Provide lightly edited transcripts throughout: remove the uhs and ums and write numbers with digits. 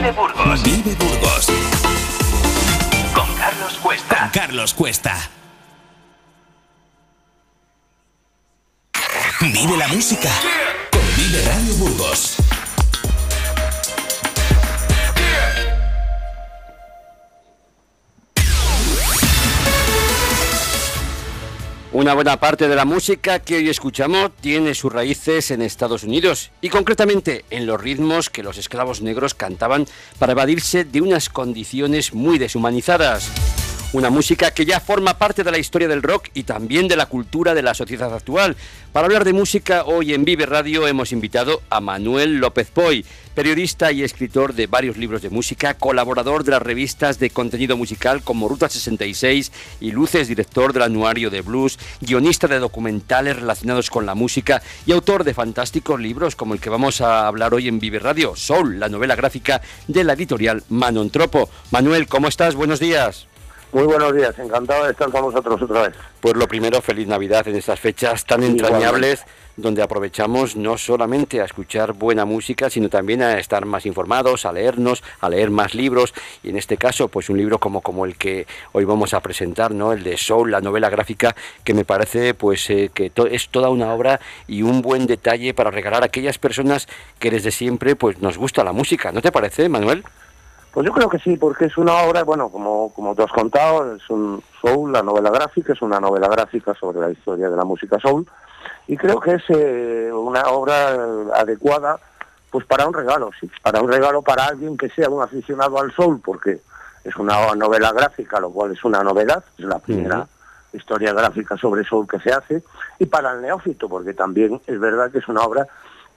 Vive Burgos. Vive Burgos. Con Carlos Cuesta. Con Carlos Cuesta. Vive la música. Con Vive Radio Burgos. Una buena parte de la música que hoy escuchamos tiene sus raíces en Estados Unidos y concretamente en los ritmos que los esclavos negros cantaban para evadirse de unas condiciones muy deshumanizadas. Una música que ya forma parte de la historia del rock y también de la cultura de la sociedad actual. Para hablar de música, hoy en Vive Radio hemos invitado a Manuel López Poy, periodista y escritor de varios libros de música, colaborador de las revistas de contenido musical como Ruta 66 y Luces, director del Anuario de Blues, guionista de documentales relacionados con la música y autor de fantásticos libros como el que vamos a hablar hoy en Vive Radio, Soul, la novela gráfica de la editorial Manon Tropo. Manuel, ¿cómo estás? Buenos días. Muy buenos días, encantado de estar con vosotros otra vez. Pues lo primero, feliz Navidad en estas fechas tan entrañables, donde aprovechamos no solamente a escuchar buena música, sino también a estar más informados, a leernos, a leer más libros, y en este caso, pues un libro como el que hoy vamos a presentar, ¿no? El de Soul, la novela gráfica, que me parece pues que es toda una obra y un buen detalle para regalar a aquellas personas que desde siempre pues nos gusta la música, ¿no te parece, Manuel? Pues yo creo que sí, porque es una obra, bueno, como tú has contado, es un Soul, la novela gráfica, es una novela gráfica sobre la historia de la música Soul, y creo que es una obra adecuada pues para un regalo, sí, para alguien que sea un aficionado al Soul, porque es una novela gráfica, lo cual es una novedad, es la primera historia gráfica sobre Soul que se hace, y para el neófito, porque también es verdad que es una obra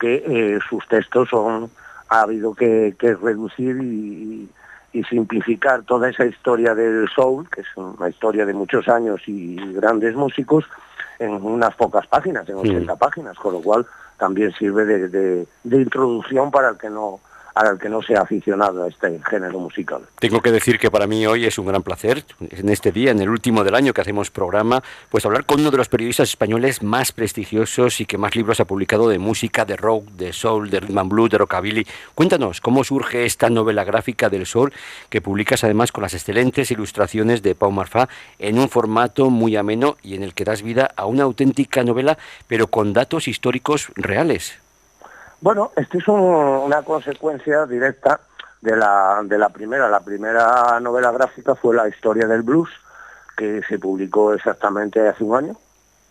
que sus textos ha habido que reducir y simplificar toda esa historia del soul, que es una historia de muchos años y grandes músicos, en unas pocas páginas, en 80 páginas, con lo cual también sirve de introducción para el que no sea aficionado a este género musical. Tengo que decir que para mí hoy es un gran placer, en este día, en el último del año que hacemos programa, pues hablar con uno de los periodistas españoles más prestigiosos y que más libros ha publicado de música, de rock, de soul, de rhythm and blues, de rockabilly. Cuéntanos, ¿cómo surge esta novela gráfica del soul que publicas además con las excelentes ilustraciones de Pau Marfà en un formato muy ameno y en el que das vida a una auténtica novela, pero con datos históricos reales? Bueno, esto es una consecuencia directa de la primera novela gráfica fue La historia del blues, que se publicó exactamente hace un año,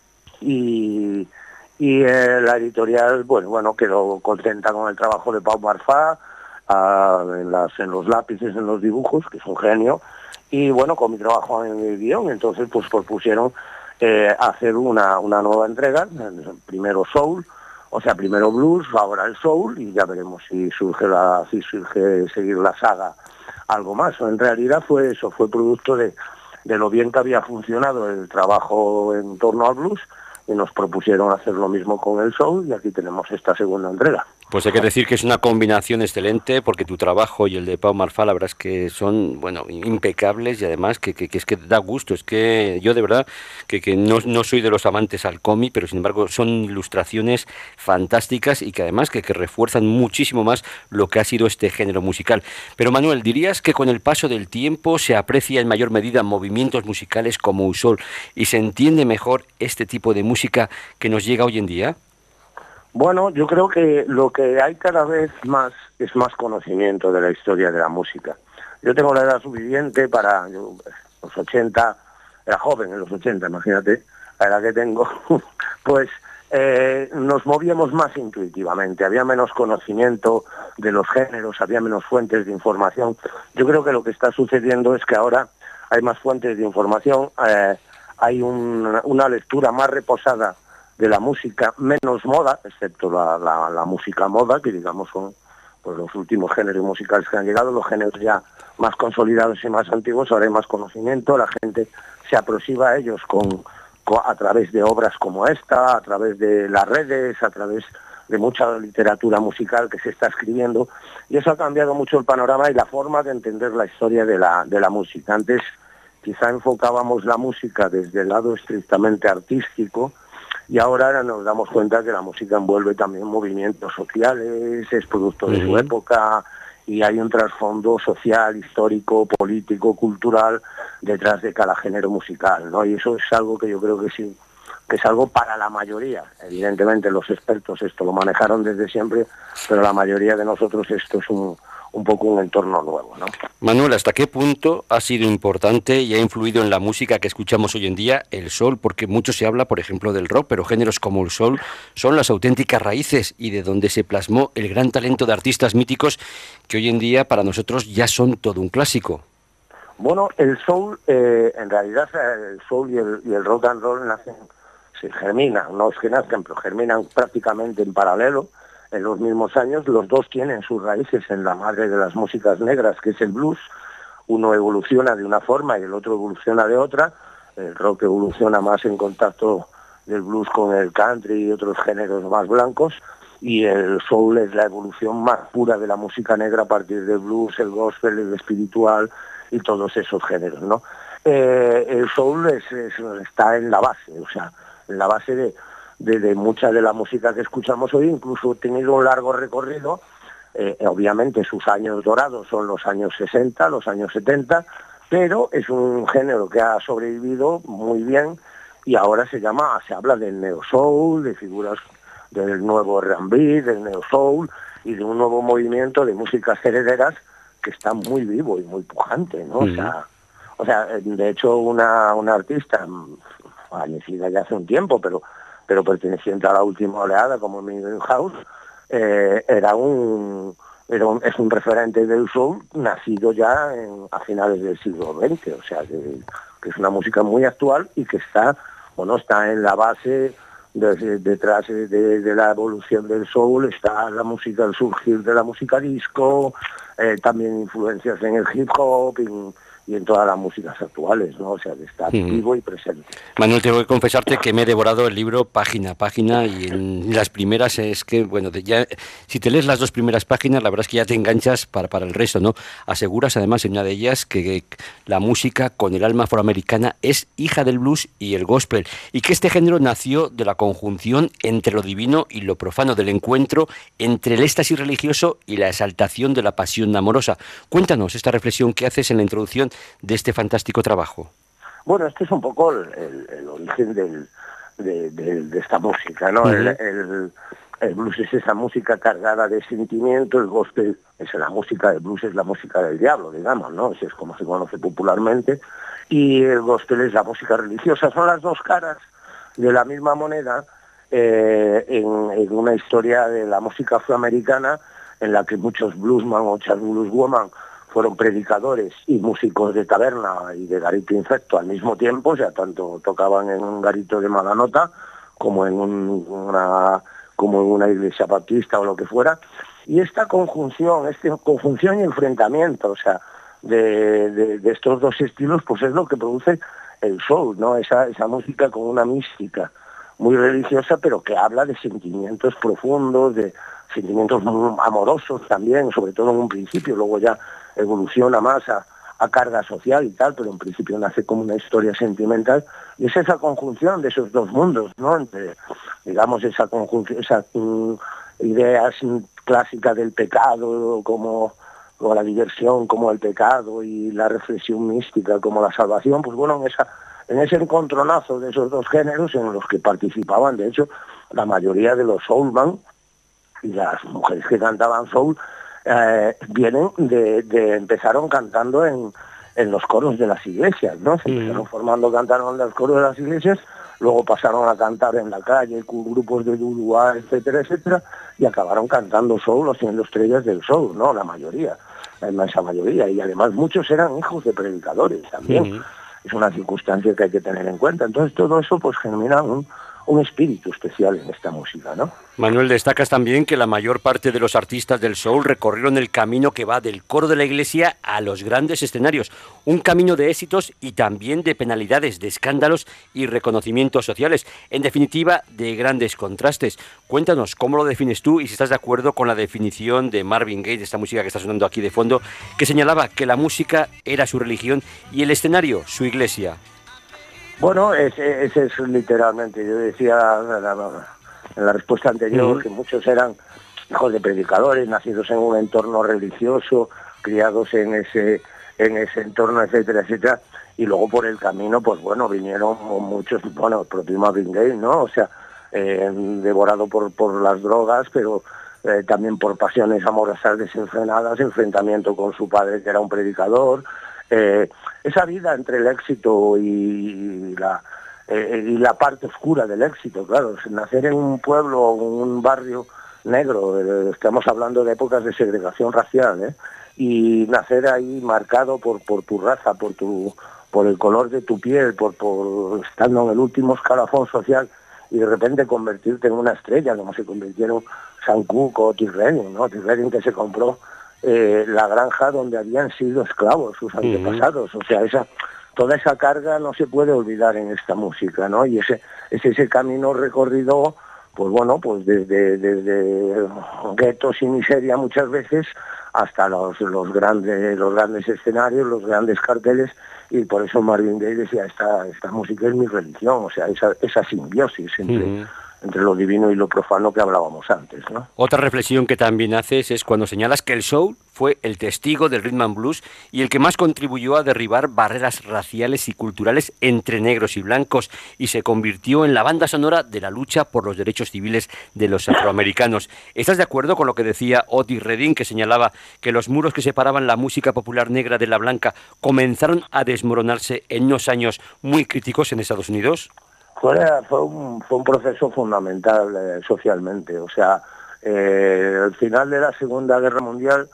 y la editorial bueno quedó contenta con el trabajo de Pau Marfà, en los lápices, en los dibujos, que es un genio, y bueno, con mi trabajo en el guión, entonces pues propusieron hacer una nueva entrega, primero Soul, o sea, primero blues, ahora el soul, y ya veremos si surge seguir la saga algo más. En realidad fue producto de lo bien que había funcionado el trabajo en torno al blues, y nos propusieron hacer lo mismo con el soul, y aquí tenemos esta segunda entrega. Pues hay que decir que es una combinación excelente, porque tu trabajo y el de Pau Marfà, la verdad es que son, bueno, impecables, y además que es que da gusto. Es que yo de verdad que no soy de los amantes al cómic, pero sin embargo son ilustraciones fantásticas y que además que refuerzan muchísimo más lo que ha sido este género musical. Pero Manuel, ¿dirías que con el paso del tiempo se aprecia en mayor medida movimientos musicales como Soul y se entiende mejor este tipo de música que nos llega hoy en día? Bueno, yo creo que lo que hay cada vez más es más conocimiento de la historia de la música. Yo tengo la edad suficiente los 80, era joven en los 80, imagínate, la edad que tengo, pues nos movíamos más intuitivamente, había menos conocimiento de los géneros, había menos fuentes de información. Yo creo que lo que está sucediendo es que ahora hay más fuentes de información, hay una lectura más reposada de la música, menos moda, excepto la música moda, que digamos son pues los últimos géneros musicales que han llegado, los géneros ya más consolidados y más antiguos. Ahora hay más conocimiento, la gente se aproxima a ellos a través de obras como esta, a través de las redes, a través de mucha literatura musical que se está escribiendo, y eso ha cambiado mucho el panorama y la forma de entender la historia de la música. Antes quizá enfocábamos la música desde el lado estrictamente artístico, y ahora nos damos cuenta que la música envuelve también movimientos sociales, es producto de su época, y hay un trasfondo social, histórico, político, cultural detrás de cada género musical, ¿no? Y eso es algo que yo creo que sí, que es algo para la mayoría. Evidentemente los expertos esto lo manejaron desde siempre, pero la mayoría de nosotros esto es un poco un entorno nuevo, ¿no? Manuel, ¿hasta qué punto ha sido importante y ha influido en la música que escuchamos hoy en día el soul? Porque mucho se habla, por ejemplo, del rock, pero géneros como el soul son las auténticas raíces y de donde se plasmó el gran talento de artistas míticos que hoy en día para nosotros ya son todo un clásico. Bueno, el soul, en realidad el soul y el rock and roll se germinan, no es que nazcan, pero germinan prácticamente en paralelo. En los mismos años, los dos tienen sus raíces en la madre de las músicas negras, que es el blues. Uno evoluciona de una forma y el otro evoluciona de otra. El rock evoluciona más en contacto del blues con el country y otros géneros más blancos, y el soul es la evolución más pura de la música negra a partir del blues, el gospel, el espiritual y todos esos géneros, ¿no? El soul está en la base, o sea, en la base de mucha de la música que escuchamos hoy. Incluso ha tenido un largo recorrido. Obviamente sus años dorados son los años 60, los años 70, pero es un género que ha sobrevivido muy bien, y ahora se habla del neo soul, de figuras del nuevo R&B, del neo soul y de un nuevo movimiento de músicas herederas que está muy vivo y muy pujante, ¿no? O sea, de hecho una artista fallecida ya hace un tiempo, pero perteneciente a la última oleada, como Milhouse, es un referente del soul nacido ya a finales del siglo XX, o sea, que es una música muy actual y que está en la base, detrás de la evolución del soul, está la música, el surgir de la música disco, también influencias en el hip hop y en todas las músicas actuales, ¿no? O sea, está vivo y presente. Manuel, tengo que confesarte que me he devorado el libro página a página, y en las primeras es que, bueno, ya si te lees las dos primeras páginas, la verdad es que ya te enganchas para el resto, ¿no? Aseguras además en una de ellas que la música con el alma afroamericana es hija del blues y el gospel, y que este género nació de la conjunción entre lo divino y lo profano, del encuentro entre el éxtasis religioso y la exaltación de la pasión amorosa. Cuéntanos esta reflexión que haces en la introducción de este fantástico trabajo. Bueno, este es un poco el origen de esta música, ¿no? El blues es esa música cargada de sentimiento, el gospel es la música, el blues es la música del diablo, digamos, ¿no? Así es como se conoce popularmente, y el gospel es la música religiosa. Son las dos caras de la misma moneda en una historia de la música afroamericana, en la que muchos bluesman o blueswoman fueron predicadores y músicos de taberna y de garito infecto al mismo tiempo, o sea, tanto tocaban en un garito de mala nota como en una iglesia baptista o lo que fuera. Y esta conjunción y enfrentamiento, o sea, de estos dos estilos, pues es lo que produce el soul, ¿no? Esa música con una mística muy religiosa, pero que habla de sentimientos profundos, de sentimientos amorosos también, sobre todo en un principio, luego ya evoluciona más a carga social y tal, pero en principio nace como una historia sentimental, y es esa conjunción de esos dos mundos, ¿no? Entre, digamos, esa ideas clásica del pecado como la diversión, como el pecado, y la reflexión mística como la salvación. Pues bueno, en ese encontronazo de esos dos géneros, en los que participaban, de hecho, la mayoría de los soulman y las mujeres que cantaban soul, empezaron cantando en los coros de las iglesias, ¿no? Se empezaron formando, cantaron en los coros de las iglesias, luego pasaron a cantar en la calle con grupos de dudua, etcétera, etcétera, y acabaron cantando soul o siendo estrellas del soul, ¿no? La mayoría, la inmensa mayoría, y además muchos eran hijos de predicadores también. Es una circunstancia que hay que tener en cuenta. Entonces todo eso pues genera un espíritu especial en esta música, ¿no? Manuel, destacas también que la mayor parte de los artistas del soul recorrieron el camino que va del coro de la iglesia a los grandes escenarios, un camino de éxitos y también de penalidades, de escándalos y reconocimientos sociales, en definitiva, de grandes contrastes. Cuéntanos cómo lo defines tú y si estás de acuerdo con la definición de Marvin Gaye, de esta música que está sonando aquí de fondo, que señalaba que la música era su religión y el escenario su iglesia. Bueno, ese es literalmente, yo decía en la respuesta anterior, que muchos eran hijos de predicadores, nacidos en un entorno religioso, criados en ese entorno, etcétera, etcétera, y luego por el camino, pues bueno, vinieron muchos, bueno, el propio Marvin Gaye, ¿no? O sea, devorado por las drogas, pero también por pasiones amorosas desenfrenadas, enfrentamiento con su padre, que era un predicador, esa vida entre el éxito y la parte oscura del éxito, claro, nacer en un pueblo, en un barrio negro, estamos hablando de épocas de segregación racial, y nacer ahí marcado por tu raza, por el color de tu piel, por estando en el último escalafón social, y de repente convertirte en una estrella, como se convirtieron Sam Cooke o Otis Redding, ¿no? Otis Redding, que se compró la granja donde habían sido esclavos sus antepasados. O sea, toda esa carga no se puede olvidar en esta música, ¿no? Y ese camino recorrido, pues bueno, pues desde guetos y miseria muchas veces hasta los grandes escenarios, los grandes carteles, y por eso Marvin Gaye decía, esta música es mi religión, o sea, esa simbiosis entre lo divino y lo profano que hablábamos antes, ¿no? Otra reflexión que también haces es cuando señalas que el soul fue el testigo del rhythm and blues y el que más contribuyó a derribar barreras raciales y culturales entre negros y blancos, y se convirtió en la banda sonora de la lucha por los derechos civiles de los afroamericanos. ¿Estás de acuerdo con lo que decía Otis Redding, que señalaba que los muros que separaban la música popular negra de la blanca comenzaron a desmoronarse en unos años muy críticos en Estados Unidos? Fue un proceso fundamental socialmente. O sea, al final de la Segunda Guerra Mundial,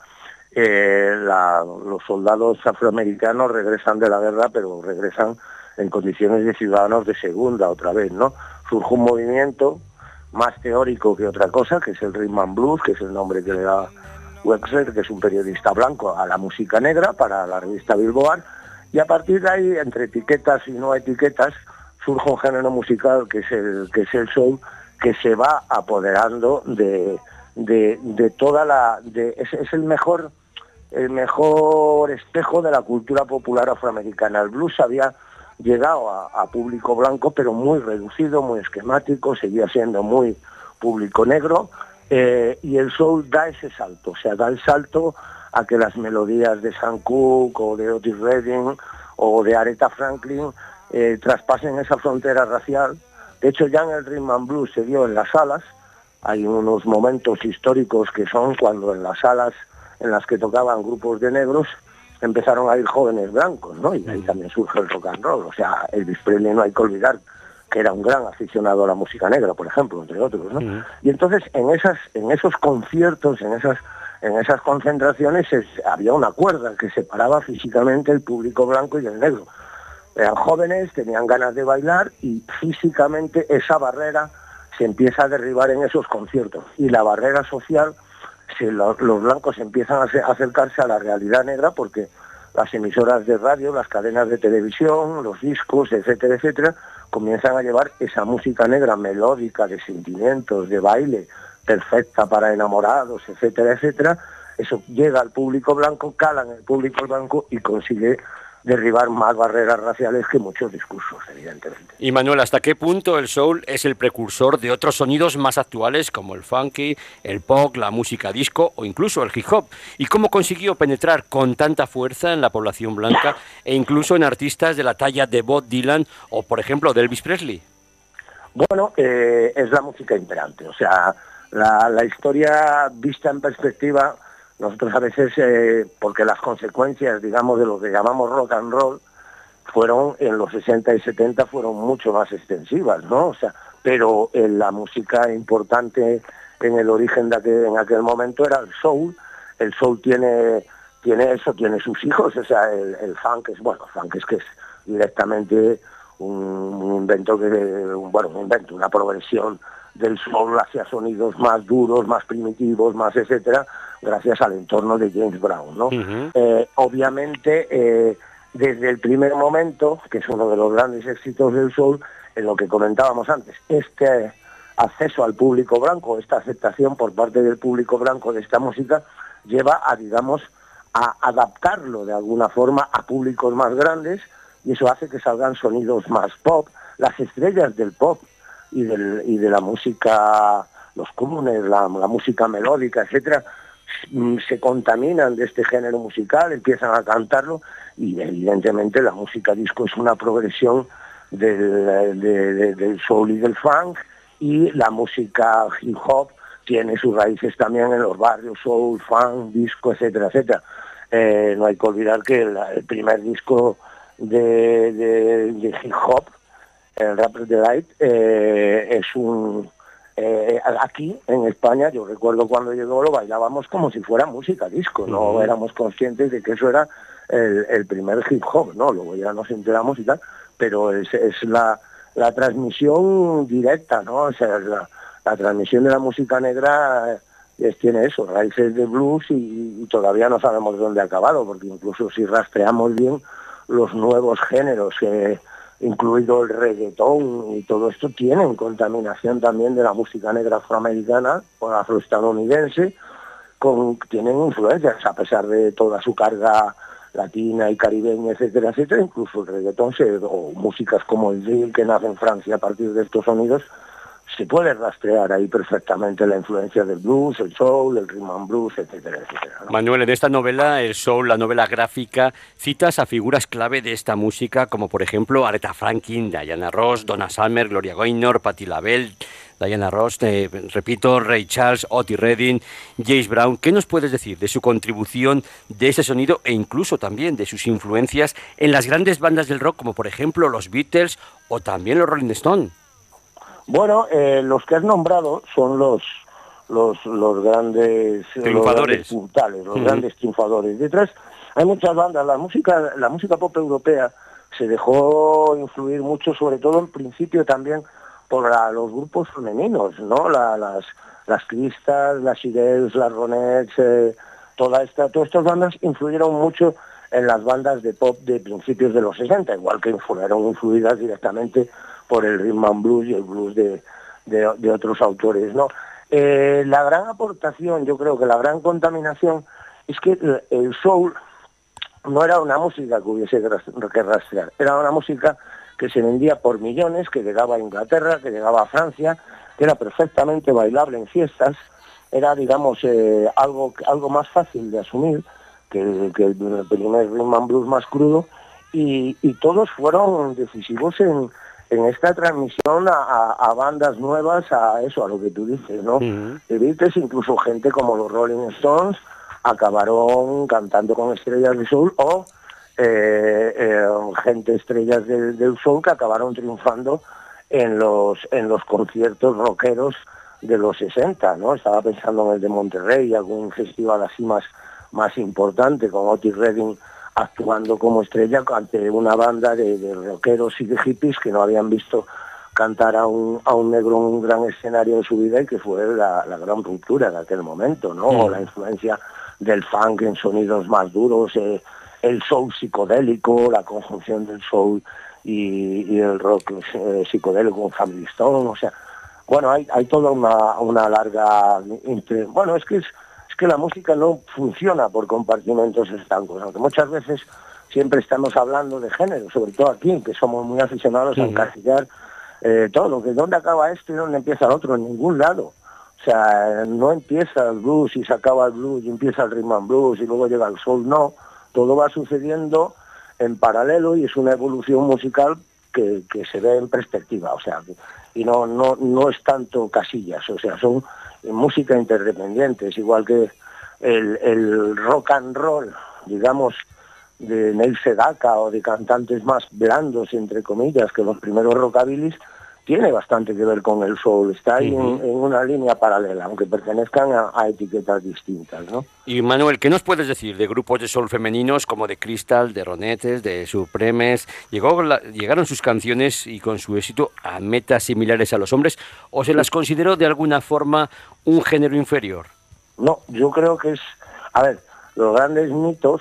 los soldados afroamericanos regresan de la guerra, pero regresan en condiciones de ciudadanos de segunda otra vez, ¿no? Surge un movimiento más teórico que otra cosa, que es el Rhythm and Blues, que es el nombre que le da Wexler, que es un periodista blanco, a la música negra para la revista Billboard, y a partir de ahí, entre etiquetas y no etiquetas, surge un género musical que es el soul, que se va apoderando de toda es el mejor espejo de la cultura popular afroamericana. El blues había llegado a público blanco, pero muy reducido, muy esquemático, seguía siendo muy público negro, y el soul da ese salto, o sea, da el salto a que las melodías de Sam Cooke o de Otis Redding o de Aretha Franklin traspasen esa frontera racial. De hecho, ya en el Rhythm and Blues se dio en las salas. Hay unos momentos históricos que son cuando en las salas en las que tocaban grupos de negros empezaron a ir jóvenes blancos, ¿no? Y ahí también surge el rock and roll. O sea, Elvis Presley no hay que olvidar que era un gran aficionado a la música negra, por ejemplo, entre otros, ¿no? Y entonces en esos conciertos, en esas concentraciones había una cuerda que separaba físicamente el público blanco y el negro. Eran jóvenes, tenían ganas de bailar, y físicamente esa barrera se empieza a derribar en esos conciertos. Y la barrera social, los blancos empiezan a acercarse a la realidad negra, porque las emisoras de radio, las cadenas de televisión, los discos, etcétera, etcétera, comienzan a llevar esa música negra melódica, de sentimientos, de baile, perfecta para enamorados, etcétera, etcétera. Eso llega al público blanco, cala en el público blanco y consigue derribar más barreras raciales que muchos discursos, evidentemente. Y Manuel, ¿hasta qué punto el soul es el precursor de otros sonidos más actuales como el funky, el pop, la música disco o incluso el hip hop? ¿Y cómo consiguió penetrar con tanta fuerza en la población blanca e incluso en artistas de la talla de Bob Dylan o, por ejemplo, de Elvis Presley? Bueno, es la música imperante. O sea, la historia vista en perspectiva, nosotros a veces, porque las consecuencias, digamos, de lo que llamamos rock and roll, fueron en los 60 y 70 fueron mucho más extensivas, ¿no? O sea, pero la música importante en el origen en aquel momento era el soul. El soul tiene sus hijos. O sea, el funk es, bueno, funk es que es directamente un invento, una progresión del soul hacia sonidos más duros, más primitivos, más etcétera, gracias al entorno de James Brown, ¿no? Obviamente, desde el primer momento, que es uno de los grandes éxitos del soul, en lo que comentábamos antes, este acceso al público blanco, esta aceptación por parte del público blanco de esta música, lleva a, digamos, a adaptarlo de alguna forma a públicos más grandes, y eso hace que salgan sonidos más pop. Las estrellas del pop y de la música los crooners, la música melódica, etcétera, se contaminan de este género musical, empiezan a cantarlo, y evidentemente la música disco es una progresión del soul y del funk, y la música hip hop tiene sus raíces también en los barrios soul, funk, disco, etcétera, etcétera. No hay que olvidar que el primer disco de hip hop, el Rapper's Delight, es un... aquí en España, yo recuerdo cuando llegó, lo bailábamos como si fuera música disco, no éramos conscientes de que eso era el primer hip hop, ¿no? Luego ya nos enteramos y tal, pero es la transmisión directa, ¿no? O sea, la transmisión de la música negra tiene eso, raíces de blues, y todavía no sabemos dónde ha acabado, porque incluso si rastreamos bien los nuevos géneros, incluido el reggaetón y todo esto, tienen contaminación también de la música negra afroamericana o afroestadounidense, tienen influencias, a pesar de toda su carga latina y caribeña, etcétera, etcétera. Incluso el reggaetón o músicas como el drill, que nace en Francia a partir de estos sonidos, se puede rastrear ahí perfectamente la influencia del blues, el soul, el rhythm and blues, etcétera, etcétera, ¿no? Manuel, en esta novela, El Soul, la novela gráfica, citas a figuras clave de esta música, como por ejemplo Aretha Franklin, Diana Ross, Donna Summer, Gloria Gaynor, Patti LaBelle, Diana Ross, repito, Ray Charles, Otis Redding, James Brown. ¿Qué nos puedes decir de su contribución de ese sonido e incluso también de sus influencias en las grandes bandas del rock, como por ejemplo los Beatles o también los Rolling Stones? Bueno, los que has nombrado son los grandes triunfadores, los grandes triunfadores. Detrás hay muchas bandas. La música pop europea se dejó influir mucho, sobre todo en principio también por los grupos femeninos, ¿no? Las Crystal, las Shirelles, las Ronettes, todas estas bandas influyeron mucho en las bandas de pop de principios de los 60, igual que fueron influidas directamente por el rhythm and blues y el blues de otros autores, ¿no? La gran aportación, yo creo que la gran contaminación, es que el soul no era una música que hubiese que rastrear, era una música que se vendía por millones, que llegaba a Inglaterra, que llegaba a Francia, que era perfectamente bailable en fiestas, era, digamos, algo más fácil de asumir que el primer rhythm and blues más crudo, y todos fueron decisivos en esta transmisión a bandas nuevas, a lo que tú dices, ¿no? The Beatles, incluso gente como los Rolling Stones, acabaron cantando con estrellas de soul, o gente estrellas del soul que acabaron triunfando en los conciertos rockeros de los 60, ¿no? Estaba pensando en el de Monterrey, algún festival así más importante, con Otis Redding actuando como estrella ante una banda de rockeros y de hippies que no habían visto cantar a un negro en un gran escenario en su vida, y que fue la gran ruptura de aquel momento, ¿no? O la influencia del funk en sonidos más duros, el soul psicodélico, la conjunción del soul y el rock psicodélico con Family Stone. O sea, bueno, hay toda una larga... Bueno, es que la música no funciona por compartimentos estancos, aunque muchas veces siempre estamos hablando de género, sobre todo aquí, que somos muy aficionados a encasillar todo, que dónde acaba esto y dónde empieza el otro, en ningún lado. O sea, no empieza el blues y se acaba el blues y empieza el rhythm and blues y luego llega el soul, no. Todo va sucediendo en paralelo, y es una evolución musical que se ve en perspectiva, o sea, y no es tanto casillas, o sea, son música interdependiente. Es igual que el rock and roll, digamos, de Neil Sedaka o de cantantes más blandos, entre comillas, que los primeros rockabilis, tiene bastante que ver con el soul. Está ahí en una línea paralela, aunque pertenezcan a etiquetas distintas, ¿no? Y Manuel, ¿qué nos puedes decir de grupos de soul femeninos como de Crystal, de Ronettes, de Supremes? ¿Llegaron sus canciones y con su éxito a metas similares a los hombres, o se las consideró de alguna forma un género inferior? No, yo creo que los grandes mitos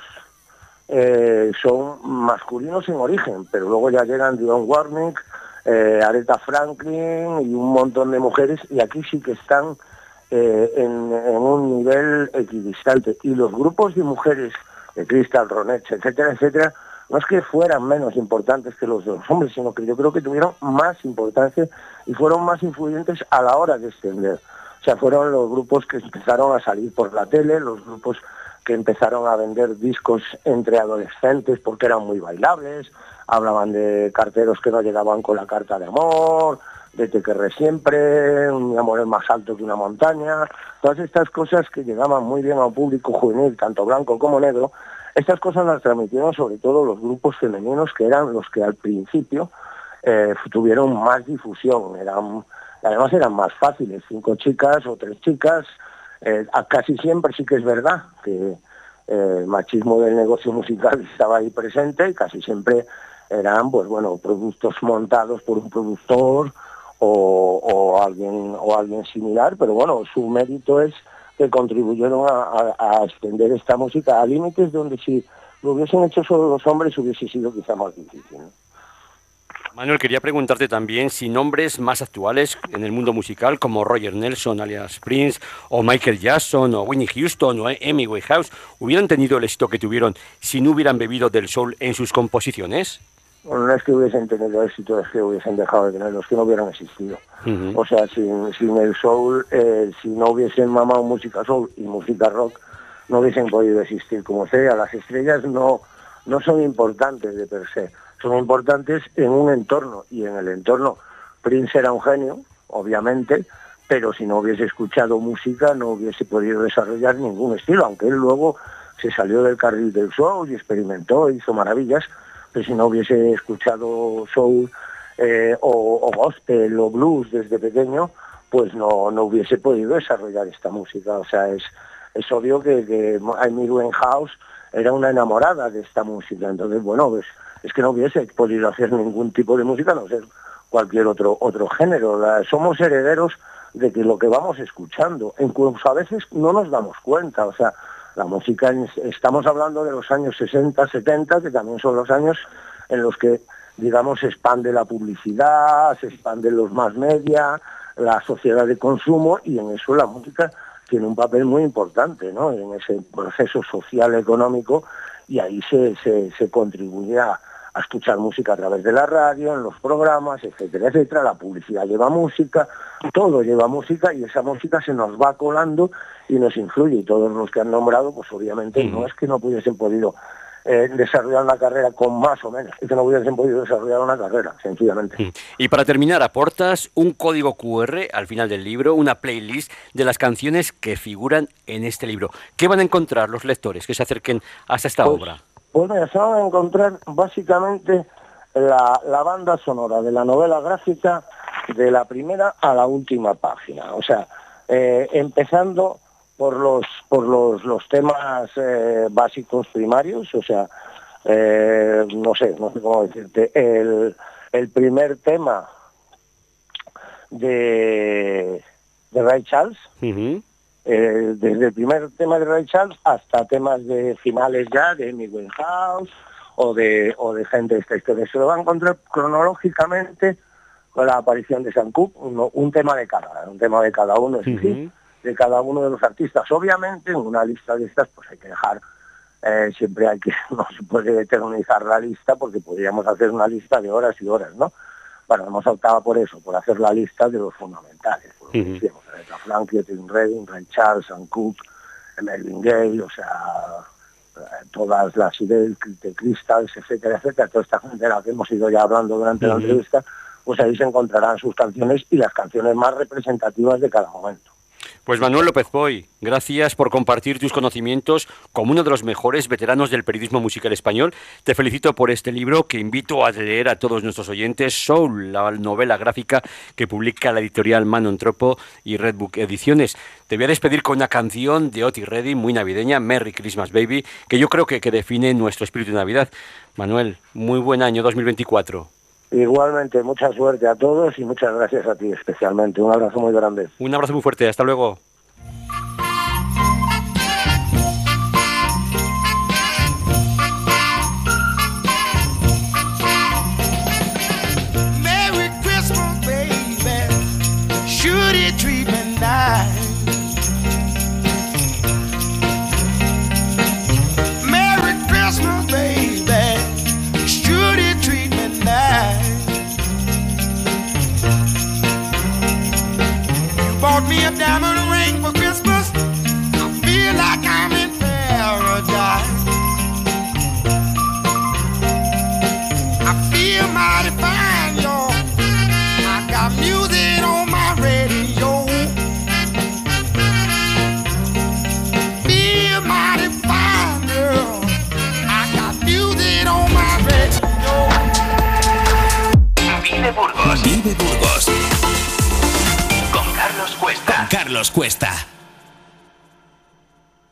son masculinos en origen, pero luego ya llegan Dionne Warwick, Aretha Franklin y un montón de mujeres, y aquí sí que están en un nivel equidistante. Y los grupos de mujeres de Crystal, Ronettes, etcétera, etcétera, no es que fueran menos importantes que los de los hombres, sino que yo creo que tuvieron más importancia y fueron más influyentes a la hora de extender. O O sea, fueron los grupos que empezaron a salir por la tele, los grupos que empezaron a vender discos entre adolescentes porque eran muy bailables, hablaban de carteros que no llegaban con la carta de amor, de te querré siempre, mi amor es más alto que una montaña, todas estas cosas que llegaban muy bien a un público juvenil, tanto blanco como negro. Estas cosas las transmitieron sobre todo los grupos femeninos, que eran los que al principio tuvieron más difusión, además eran más fáciles, 5 chicas o 3 chicas, casi siempre sí que es verdad que el machismo del negocio musical estaba ahí presente y casi siempre eran pues bueno productos montados por un productor o alguien similar, pero bueno, su mérito es que contribuyeron a extender esta música a límites donde si lo hubiesen hecho solo los hombres hubiese sido quizá más difícil, ¿no? Manuel, quería preguntarte también si nombres más actuales en el mundo musical como Roger Nelson, alias Prince, o Michael Jackson, o Whitney Houston, o Amy Winehouse, hubieran tenido el éxito que tuvieron si no hubieran bebido del soul en sus composiciones. Bueno, no es que hubiesen tenido éxito, es que hubiesen dejado de tenerlo, es que no hubieran existido. O sea, sin el soul, si no hubiesen mamado música soul y música rock, no hubiesen podido existir como estrellas. Las estrellas no son importantes de per se, son importantes en un entorno, y en el entorno Prince era un genio, obviamente, pero si no hubiese escuchado música no hubiese podido desarrollar ningún estilo, aunque él luego se salió del carril del soul y experimentó, hizo maravillas, pero si no hubiese escuchado soul o gospel o blues desde pequeño, pues no hubiese podido desarrollar esta música. O sea, es obvio que Amy Winehouse era una enamorada de esta música, entonces bueno, pues es que no hubiese podido hacer ningún tipo de música, no ser cualquier otro género. Somos herederos de que lo que vamos escuchando, incluso a veces no nos damos cuenta. O sea, la música, estamos hablando de los años 60, 70, que también son los años en los que, digamos, se expande la publicidad, se expanden los mass media, la sociedad de consumo, y en eso la música tiene un papel muy importante, ¿no? En ese proceso social económico, y ahí se contribuye a escuchar música a través de la radio, en los programas, etcétera, etcétera. La publicidad lleva música, todo lleva música, y esa música se nos va colando y nos influye. Y todos los que han nombrado, pues obviamente no es que no hubiesen podido desarrollar una carrera con más o menos, es que no hubiesen podido desarrollar una carrera, sencillamente. Y para terminar, aportas un código QR al final del libro, una playlist de las canciones que figuran en este libro. ¿Qué van a encontrar los lectores que se acerquen hasta esta obra? Pues mira, se van a encontrar básicamente la banda sonora de la novela gráfica de la primera a la última página. O sea, empezando por los temas básicos primarios, o sea, no sé cómo decirte, el primer tema de Ray Charles, desde el primer tema de Ray Charles hasta temas de finales ya de Amy Winehouse o de gente de esta historia. Se lo va a encontrar cronológicamente con la aparición de Sam Cooke, un tema de cada uno, es decir, de cada uno de los artistas. Obviamente en una lista de estas pues hay que dejar, no se puede eternizar la lista, porque podríamos hacer una lista de horas y horas, ¿no? Bueno, hemos optado por eso, por hacer la lista de los fundamentales, por lo que decíamos, Aretha Franklin, Otis Redding, Ray Charles, Sam Cooke, Marvin Gaye, o sea, todas las ideas de Crystals, etcétera, etcétera, toda esta gente de la que hemos ido ya hablando durante la entrevista, pues ahí se encontrarán sus canciones y las canciones más representativas de cada momento. Pues Manuel López Boy, gracias por compartir tus conocimientos como uno de los mejores veteranos del periodismo musical español. Te felicito por este libro que invito a leer a todos nuestros oyentes, Soul, la novela gráfica que publica la editorial Manontropo y Redbook Ediciones. Te voy a despedir con una canción de Otis Redding muy navideña, Merry Christmas Baby, que yo creo que define nuestro espíritu de Navidad. Manuel, muy buen año 2024. Igualmente, mucha suerte a todos y muchas gracias a ti especialmente. Un abrazo muy grande. Un abrazo muy fuerte, hasta luego. Merry Christmas, baby. Should it treat me nice? Merry Christmas, baby. Should it treat me nice? Bought me a diamond Vive Burgos. Con Carlos Cuesta. Carlos Cuesta.